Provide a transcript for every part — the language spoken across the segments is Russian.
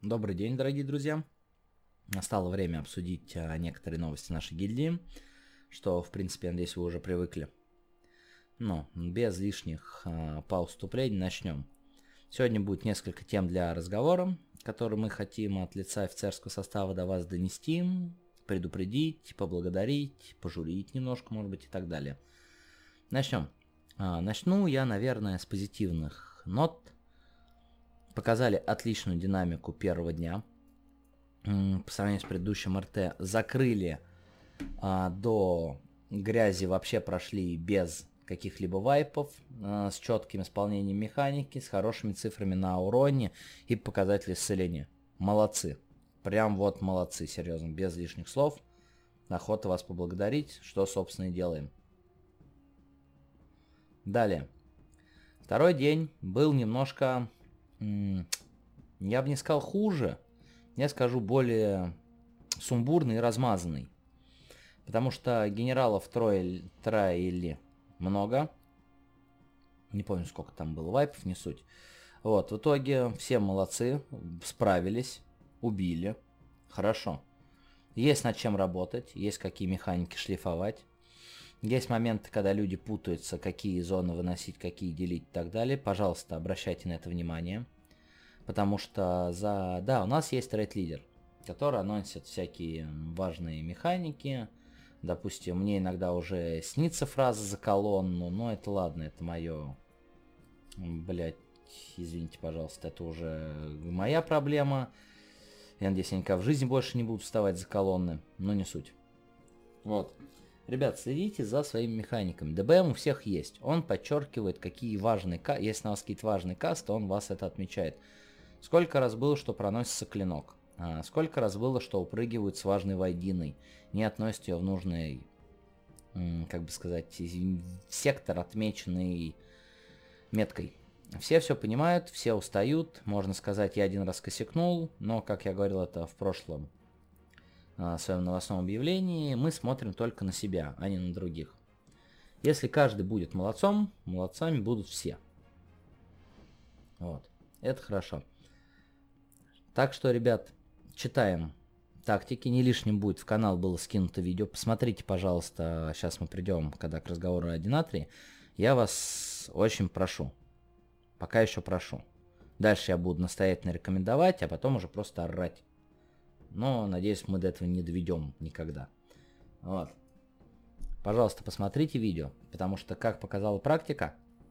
Добрый день, дорогие друзья. Настало время обсудить некоторые новости нашей гильдии, что, в принципе, я надеюсь, вы уже привыкли. Но без лишних пауз вступлений начнем. Сегодня будет несколько тем для разговора, которые мы хотим от лица офицерского состава до вас донести, предупредить, поблагодарить, пожурить немножко, может быть, и так далее. Начнем. Начну я, наверное, с позитивных нот. Показали отличную динамику первого дня. По сравнению с предыдущим РТ. Закрыли до грязи, вообще прошли без каких-либо вайпов, с четким исполнением механики, с хорошими цифрами на уроне и показатели исцеления. Молодцы. Прям вот молодцы, серьезно, без лишних слов. Охота вас поблагодарить, что, собственно, и делаем. Далее. Второй день был немножко, я бы не сказал хуже, я скажу более сумбурный и размазанный. Потому что генералов троили много. Не помню, сколько там было вайпов, не суть. Вот, в итоге все молодцы, справились, убили. Хорошо. Есть над чем работать, есть какие механики шлифовать. Есть моменты, когда люди путаются, какие зоны выносить, какие делить и так далее. Пожалуйста, обращайте на это внимание. Потому что да, у нас есть рейд-лидер, который анонсит всякие важные механики. Допустим, мне иногда уже снится фраза за колонну, но это ладно, это мое... Блять, извините, пожалуйста, это уже моя проблема. Я надеюсь, я никогда в жизни больше не буду вставать за колонны, но не суть. Вот. Ребят, следите за своими механиками. ДБМ у всех есть. Он подчеркивает, какие важные касты. Если на вас какие-то важные касты, он вас это отмечает. Сколько раз было, что проносится клинок. Сколько раз было, что упрыгивают с важной вайдиной. Не относят ее в нужный, как бы сказать, сектор, отмеченный меткой. Все понимают, все устают. Можно сказать, я один раз косякнул. Но, как я говорил это в прошлом своем новостном объявлении, мы смотрим только на себя, а не на других. Если каждый будет молодцом, молодцами будут все. Вот. Это хорошо. Так что, ребят, читаем тактики. Не лишним будет, в канал было скинуто видео. Посмотрите, пожалуйста, сейчас мы придем, когда к разговору о Динатрии. Я вас очень прошу. Пока еще прошу. Дальше я буду настоятельно рекомендовать, а потом уже просто орать. Но, надеюсь, мы до этого не доведем никогда. Вот. Пожалуйста, посмотрите видео, потому что, как показала практика,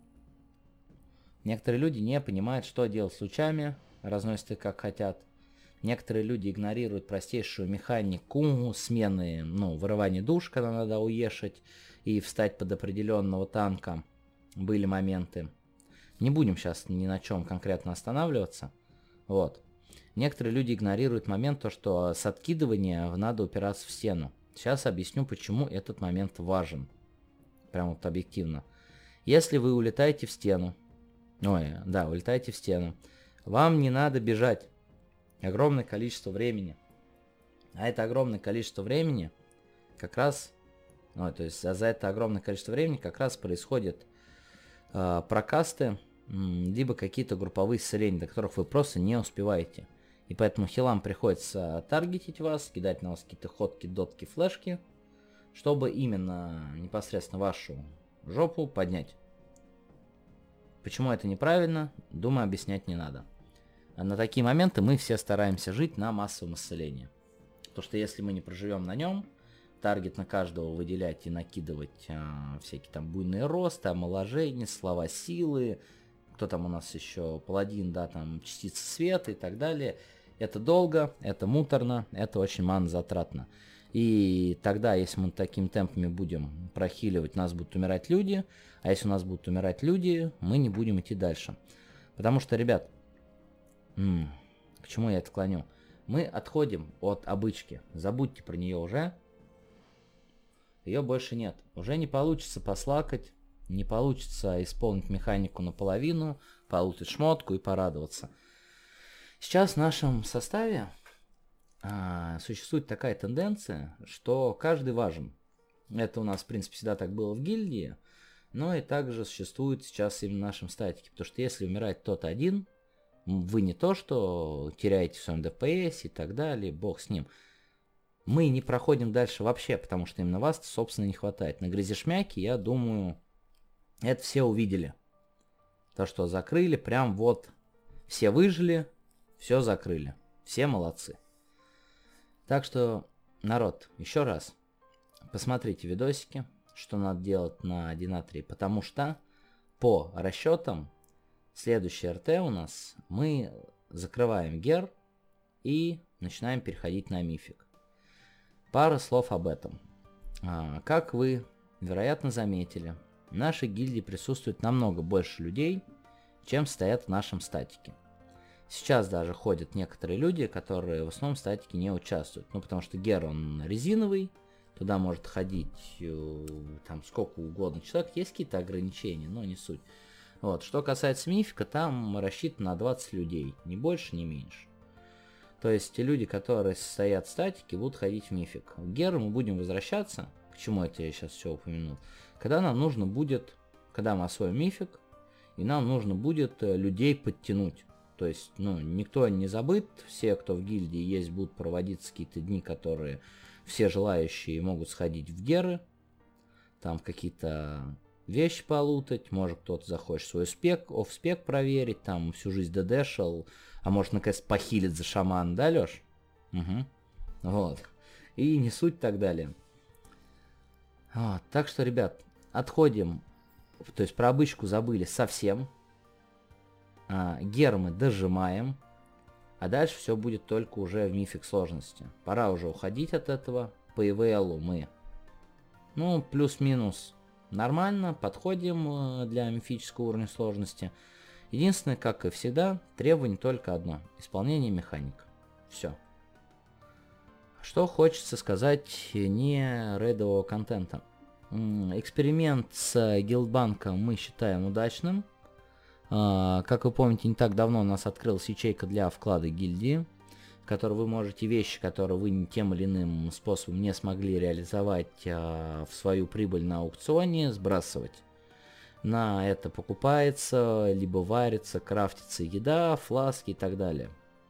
некоторые люди не понимают, что делать с лучами, разносят их как хотят. Некоторые люди игнорируют простейшую механику смены, вырывания душ, когда надо уешать и встать под определенного танка. Были моменты. Не будем сейчас ни на чем конкретно останавливаться. Вот. Некоторые люди игнорируют момент, то, что с откидывания надо упираться в стену. Сейчас объясню, почему этот момент важен. Прям вот объективно. Если вы улетаете в стену, улетаете в стену, вам не надо бежать огромное количество времени. А это огромное количество времени как раз, то есть за это огромное количество времени как раз происходят прокасты, либо какие-то групповые исцеления, до которых вы просто не успеваете. И поэтому хилам приходится таргетить вас, кидать на вас какие-то ходки, дотки, флешки, чтобы именно непосредственно вашу жопу поднять. Почему это неправильно, думаю, объяснять не надо. А на такие моменты мы все стараемся жить на массовом исцелении. Потому что если мы не проживем на нем, таргет на каждого выделять и накидывать всякие там буйные росты, омоложения, слова силы, кто там у нас еще, паладин, да, там частицы света и так далее. Это долго, это муторно, это очень манозатратно. И тогда, если мы такими темпами будем прохиливать, у нас будут умирать люди. А если у нас будут умирать люди, мы не будем идти дальше. Потому что, ребят, к чему я это клоню? Мы отходим от обычки. Забудьте про нее уже. Ее больше нет. Уже не получится послакать. Не получится исполнить механику наполовину, получить шмотку и порадоваться. Сейчас в нашем составе существует такая тенденция, что каждый важен. Это у нас, в принципе, всегда так было в гильдии, но и также существует сейчас именно в нашем статике. Потому что если умирает кто-то один, Вы не то, что теряете в своем ДПС и так далее, бог с ним. Мы не проходим дальше вообще, потому что именно вас, собственно, не хватает. На грязешмяке, я думаю, это все увидели. То, что закрыли, прям вот все выжили, все закрыли. Все молодцы. Так что, народ, еще раз, посмотрите видосики, что надо делать на Динатрии, потому что по расчетам следующий РТ у нас мы закрываем гер и начинаем переходить на мифик. Пара слов об этом. Как вы, вероятно, заметили, в нашей гильдии присутствует намного больше людей, чем стоят в нашем статике. Сейчас даже ходят некоторые люди, которые в основном в статике не участвуют. Ну, потому что гер, он резиновый, туда может ходить там сколько угодно человек. Есть какие-то ограничения, но не суть. Вот. Что касается мифика, там рассчитано на 20 людей, ни больше, ни меньше. То есть те люди, которые стоят в статике, будут ходить в мифик. В гер мы будем возвращаться, к чему это я сейчас все упомянул, когда нам нужно будет, когда мы освоим мифик, и нам нужно будет людей подтянуть. То есть, ну, никто не забыт, все, кто в гильдии есть, будут проводиться какие-то дни, которые все желающие могут сходить в геры, там какие-то вещи полутать, может кто-то захочет свой спек, оффспек проверить, там всю жизнь ДДшил, а может наконец похилит за шаман, да, Лёш? Угу. Вот. И не суть так далее. Вот. Так что, ребят, отходим, то есть про обычку забыли совсем. Гер мы дожимаем, а дальше все будет только уже в мифик сложности. Пора уже уходить от этого. По ИВЛу мы, ну, плюс-минус нормально подходим для мифического уровня сложности. Единственное, как и всегда, требование только одно: исполнение механик. Все. Что хочется сказать не рейдового контента. Эксперимент с гилдбанком мы считаем удачным. Как вы помните, не так давно у нас открылась ячейка для вклада гильдии, в которой вы можете вещи, которые вы тем или иным способом не смогли реализовать в свою прибыль на аукционе, сбрасывать. На это покупается, либо варится, крафтится еда, фласки и так далее.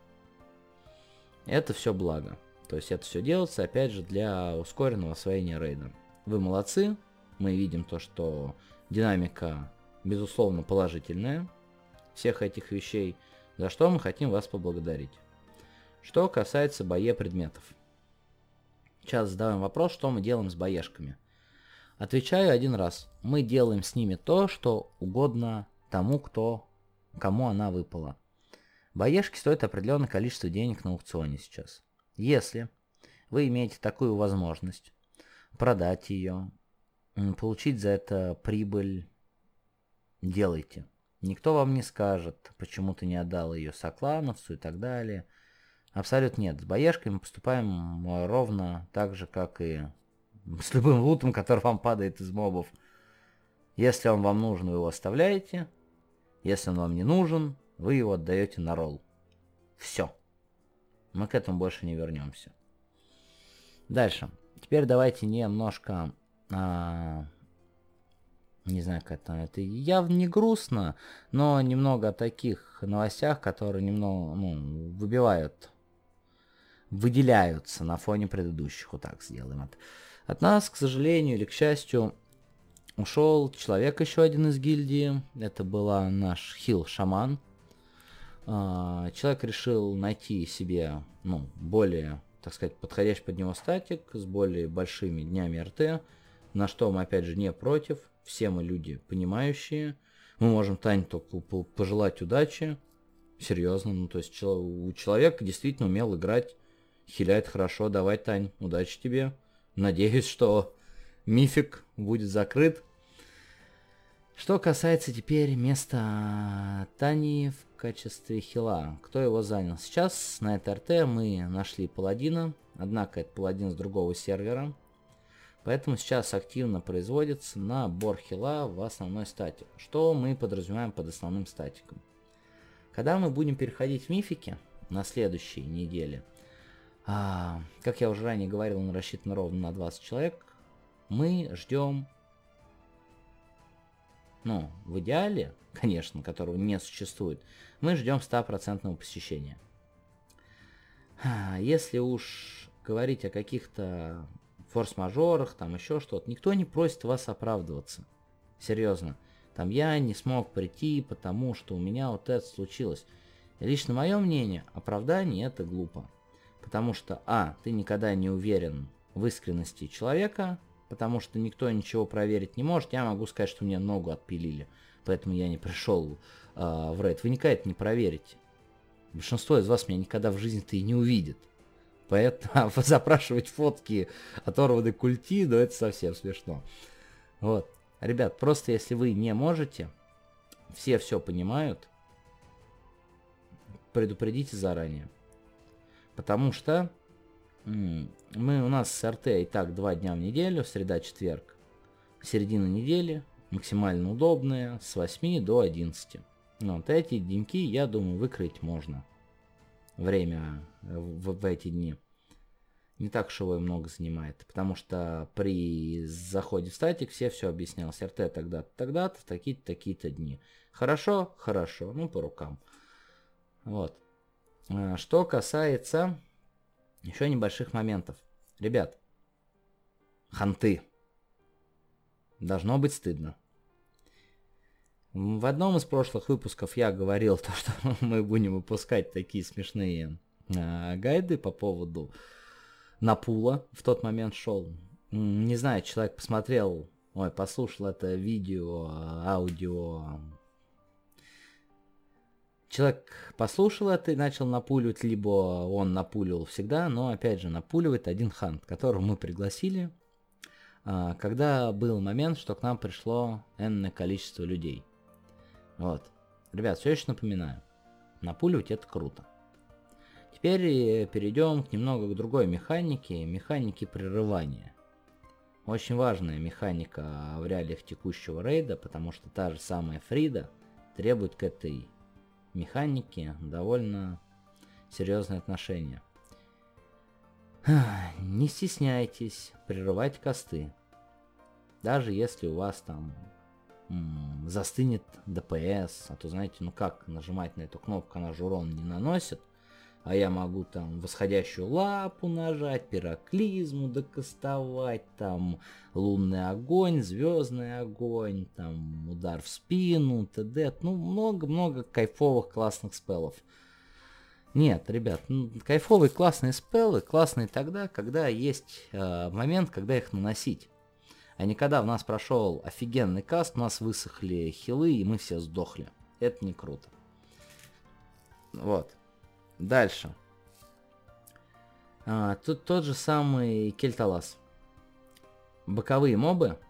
Это все благо. То есть это все делается, опять же, для ускоренного освоения рейда. Вы молодцы, мы видим то, что динамика безусловно положительная всех этих вещей, за что мы хотим вас поблагодарить. Что касается бое предметов. Сейчас задаем вопрос, что мы делаем с боешками. Отвечаю один раз. Мы делаем с ними то, что угодно тому, кому она выпала. Боешки стоят определенное количество денег на аукционе сейчас. Если вы имеете такую возможность продать ее, получить за это прибыль, делайте. Никто вам не скажет, почему ты не отдал ее соклановцу и так далее. Абсолютно нет. С боешками мы поступаем ровно так же, как и с любым лутом, который вам падает из мобов. Если он вам нужен, вы его оставляете. Если он вам не нужен, вы его отдаете на ролл. Все. Мы к этому больше не вернемся. Дальше. Теперь давайте немножко... не знаю, как это явно не грустно, но немного о таких новостях, которые немного выделяются на фоне предыдущих. Вот так сделаем это. От нас, к сожалению или к счастью, ушел человек еще один из гильдии. Это была наш хил-шаман. Человек решил найти себе, более, так сказать, подходящий под него статик с более большими днями РТ, на что мы, опять же, не против. Все мы люди понимающие. Мы можем Тане только пожелать удачи. Серьезно, то есть у человека действительно умел играть, хиляет хорошо. Давай, Тань, удачи тебе. Надеюсь, что мифик будет закрыт. Что касается теперь места Тани в качестве хила, кто его занял? Сейчас на этой РТ мы нашли паладина, однако это паладин с другого сервера. Поэтому сейчас активно производится набор хила в основной статик. Что мы подразумеваем под основным статиком? Когда мы будем переходить в мифики на следующей неделе, как я уже ранее говорил, он рассчитан ровно на 20 человек, мы ждем ну, в идеале, конечно, которого не существует, мы ждем 100% посещения. Если уж говорить о каких-то форс-мажорах, там еще что-то, никто не просит вас оправдываться. Серьезно. Там я не смог прийти, потому что у меня вот это случилось. Лично мое мнение, оправдание это глупо. Потому что, ты никогда не уверен в искренности человека, потому что никто ничего проверить не может. Я могу сказать, что мне ногу отпилили, поэтому я не пришел в рейд. Вы никогда это не проверите. Большинство из вас меня никогда в жизни-то и не увидит. Поэтому запрашивать фотки оторванной культи, да это совсем смешно. Вот. Ребят, просто если вы не можете, все понимают, предупредите заранее. Потому что у нас с РТ и так 2 дня в неделю, среда-четверг. Середина недели, максимально удобная, с 8 до 11. Вот эти деньки, я думаю, выкроить можно. Время в эти дни. Не так уж его и много занимает. Потому что при заходе в статик все объяснял. РТ тогда-то, тогда-то, в такие-то, такие-то дни. Хорошо? Хорошо. Ну, по рукам. Вот. Что касается еще небольших моментов. Ребят, ханты. Должно быть стыдно. В одном из прошлых выпусков я говорил, что мы будем выпускать такие смешные гайды по поводу Напула. В тот момент шел. Не знаю, человек послушал это видео, аудио. Человек послушал это и начал напуливать, либо он напуливал всегда, но опять же напуливает один хант, которого мы пригласили, когда был момент, что к нам пришло энное количество людей. Вот. Ребят, все еще напоминаю, напуливать это круто. Теперь перейдем немного к другой механике прерывания. Очень важная механика в реалиях текущего рейда, потому что та же самая Фрида требует к этой механике довольно серьезное отношение. Не стесняйтесь прерывать касты. Даже если у вас там застынет ДПС, а то знаете, ну как нажимать на эту кнопку, она же урон не наносит, а я могу там восходящую лапу нажать, пироклизму докастовать, там лунный огонь, звездный огонь, там удар в спину, т.д. Ну много-много кайфовых классных спеллов. Нет, ребят, кайфовые классные спеллы классные тогда, когда есть момент, когда их наносить. А не когда в нас прошел офигенный каст, у нас высохли хилы и мы все сдохли. Это не круто. Вот. Дальше. Тут тот же самый Кельталас. Боковые мобы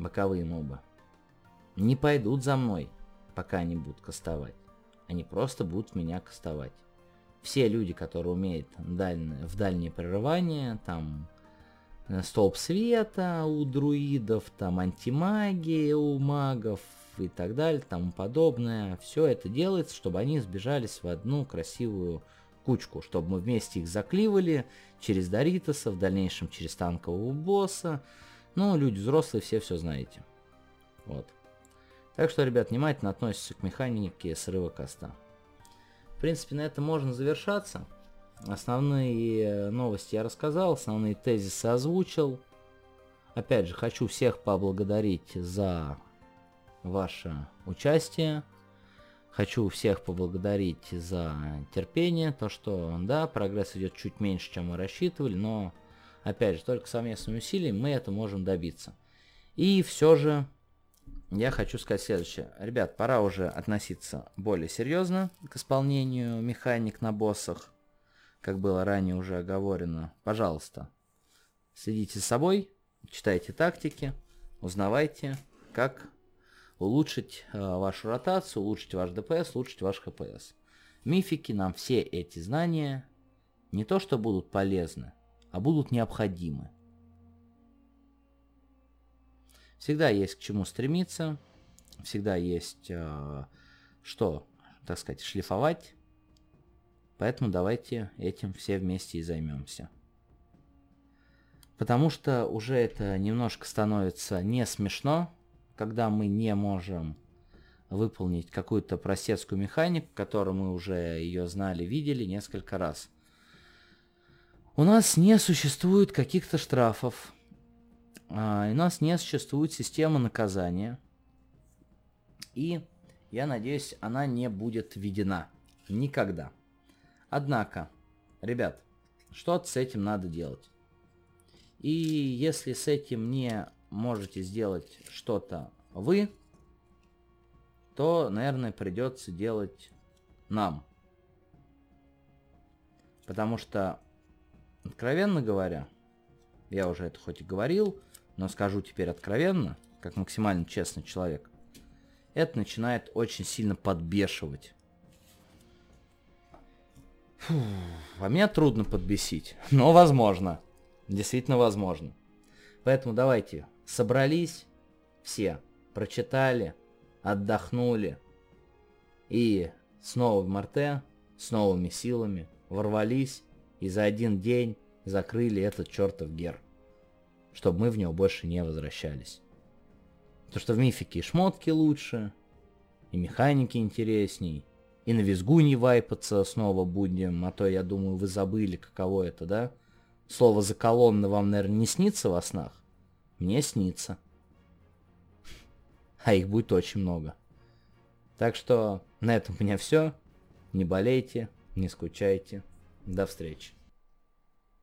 не пойдут за мной, пока они будут кастовать. Они просто будут меня кастовать. Все люди, которые умеют в дальнее прерывание, там столб света у друидов, там антимагия у магов и так далее, тому подобное. Все это делается, чтобы они сбежались в одну красивую кучку, чтобы мы вместе их закливали через Доритоса, в дальнейшем через танкового босса. Ну, люди взрослые, все знаете. Вот. Так что, ребят, внимательно относитесь к механике срыва каста. В принципе, на этом можно завершаться. Основные новости я рассказал, основные тезисы озвучил. Опять же, хочу всех поблагодарить за ваше участие. Хочу всех поблагодарить за терпение, то что, да, прогресс идет чуть меньше, чем мы рассчитывали, но, опять же, только совместными усилиями мы это можем добиться. И все же, я хочу сказать следующее. Ребят, пора уже относиться более серьезно к исполнению механик на боссах, как было ранее уже оговорено. Пожалуйста, следите за собой, читайте тактики, узнавайте, как улучшить вашу ротацию, улучшить ваш ДПС, улучшить ваш ХПС. Мифики нам все эти знания не то что будут полезны, а будут необходимы. Всегда есть к чему стремиться, всегда есть что, так сказать, шлифовать. Поэтому давайте этим все вместе и займемся. Потому что уже это немножко становится не смешно, когда мы не можем выполнить какую-то простецкую механику, которую мы уже ее знали, видели несколько раз. У нас не существует каких-то штрафов, у нас не существует системы наказания, и, я надеюсь, она не будет введена никогда. Однако, ребят, что-то с этим надо делать. И если с этим не можете сделать что-то вы, то, наверное, придется делать нам. Потому что, откровенно говоря, я уже это хоть и говорил, но скажу теперь откровенно, как максимально честный человек, это начинает очень сильно подбешивать. А меня трудно подбесить, но возможно. Действительно возможно. Поэтому давайте, собрались все, прочитали, отдохнули и с новым РТ, с новыми силами ворвались и за один день закрыли этот чертов гер, чтобы мы в него больше не возвращались. Потому что в мифике и шмотки лучше, и механики интересней, и на визгуне вайпаться снова будем, а то, я думаю, вы забыли, каково это, да? Слово «заколонно» вам, наверное, не снится во снах? Мне снится. А их будет очень много. Так что на этом у меня все. Не болейте, не скучайте. До встречи.